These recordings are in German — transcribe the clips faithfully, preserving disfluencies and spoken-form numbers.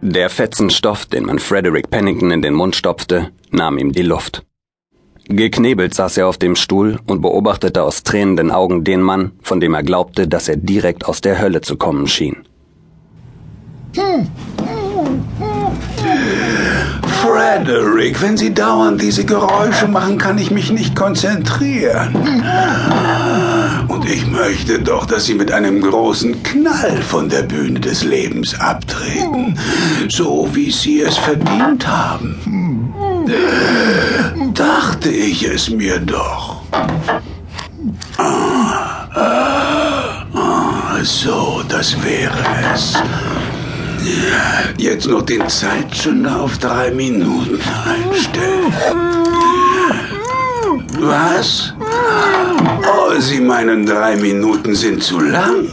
Der Fetzen Stoff, den man Frederick Pennington in den Mund stopfte, nahm ihm die Luft. Geknebelt saß er auf dem Stuhl und beobachtete aus tränenden Augen den Mann, von dem er glaubte, dass er direkt aus der Hölle zu kommen schien. Frederick, wenn Sie dauernd diese Geräusche machen, kann ich mich nicht konzentrieren. Und ich möchte doch, dass Sie mit einem großen Knall von der Bühne des Lebens abtreten, so wie Sie es verdient haben. Dachte ich es mir doch. Ah, ah, so, das wäre es. Jetzt noch den Zeitzünder auf drei Minuten einstellen. Was? Oh, Sie meinen, drei Minuten sind zu lang?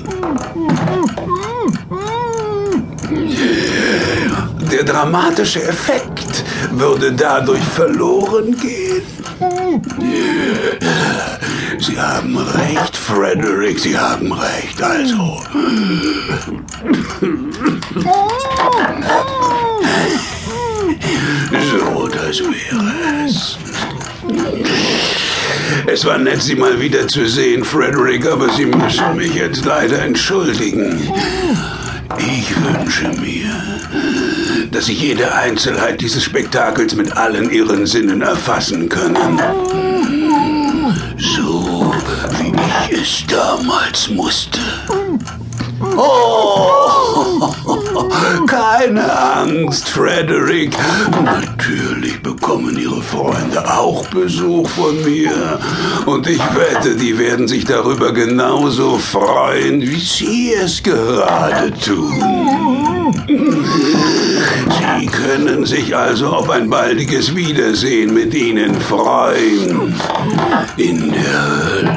Der dramatische Effekt würde dadurch verloren gehen. Sie haben recht, Frederick, Sie haben recht, also. So, das wäre es. Es war nett, Sie mal wieder zu sehen, Frederick, aber Sie müssen mich jetzt leider entschuldigen. Ich wünsche mir, dass Sie jede Einzelheit dieses Spektakels mit allen Ihren Sinnen erfassen können. So, wie ich es damals musste. Oh, keine Angst, Frederick. Natürlich bekommen Ihre Freunde auch Besuch von mir. Und ich wette, die werden sich darüber genauso freuen, wie Sie es gerade tun. Sie können sich also auf ein baldiges Wiedersehen mit Ihnen freuen. In der Hölle.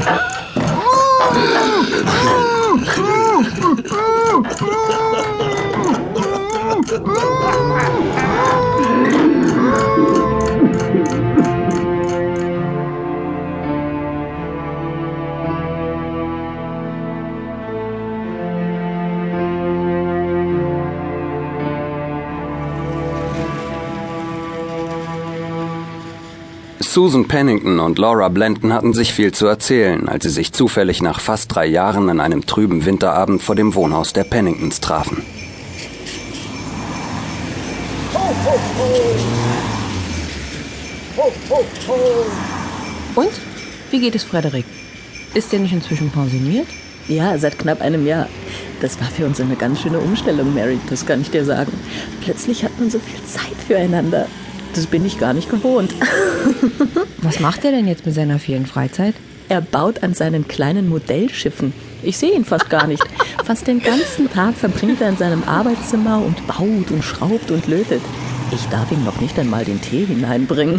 Susan Pennington und Laura Blanton hatten sich viel zu erzählen, als sie sich zufällig nach fast drei Jahren an einem trüben Winterabend vor dem Wohnhaus der Penningtons trafen. Und? Wie geht es Frederick? Ist er nicht inzwischen pensioniert? Ja, seit knapp einem Jahr. Das war für uns eine ganz schöne Umstellung, Mary, das kann ich dir sagen. Plötzlich hat man so viel Zeit füreinander. Das bin ich gar nicht gewohnt. Was macht er denn jetzt mit seiner vielen Freizeit? Er baut an seinen kleinen Modellschiffen. Ich sehe ihn fast gar nicht. Fast den ganzen Tag verbringt er in seinem Arbeitszimmer und baut und schraubt und lötet. Ich darf ihm noch nicht einmal den Tee hineinbringen.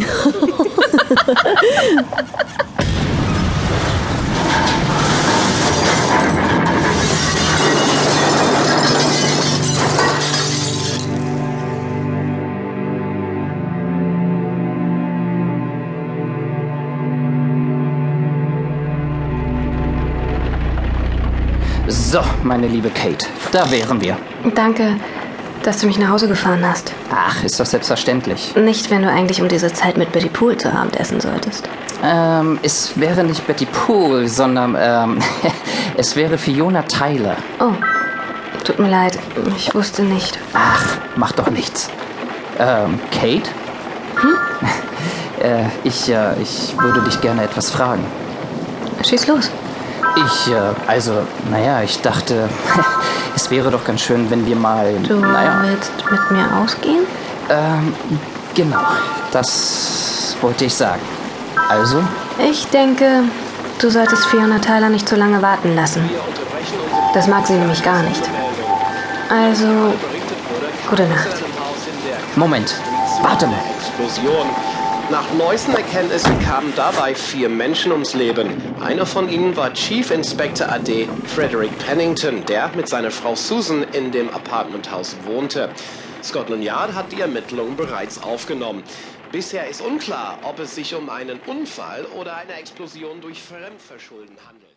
So, meine liebe Kate, da wären wir. Danke, dass du mich nach Hause gefahren hast. Ach, ist doch selbstverständlich. Nicht, wenn du eigentlich um diese Zeit mit Betty Poole zu Abend essen solltest. Ähm, es wäre nicht Betty Poole, sondern, ähm, es wäre Fiona Tyler. Oh, tut mir leid, ich wusste nicht. Ach, macht doch nichts. Ähm, Kate? Hm? äh, ich, äh, ich würde dich gerne etwas fragen. Schieß los. Ich, äh, also, naja, ich dachte, es wäre doch ganz schön, wenn wir mal... Du naja, willst mit mir ausgehen? Ähm, genau, das wollte ich sagen. Also? Ich denke, du solltest Fiona Tyler nicht so lange warten lassen. Das mag sie nämlich gar nicht. Also, gute Nacht. Moment, warte mal. Explosion. Nach neuesten Erkenntnissen kamen dabei vier Menschen ums Leben. Einer von ihnen war Chief Inspector A D Frederick Pennington, der mit seiner Frau Susan in dem Apartmenthaus wohnte. Scotland Yard hat die Ermittlungen bereits aufgenommen. Bisher ist unklar, ob es sich um einen Unfall oder eine Explosion durch Fremdverschulden handelt.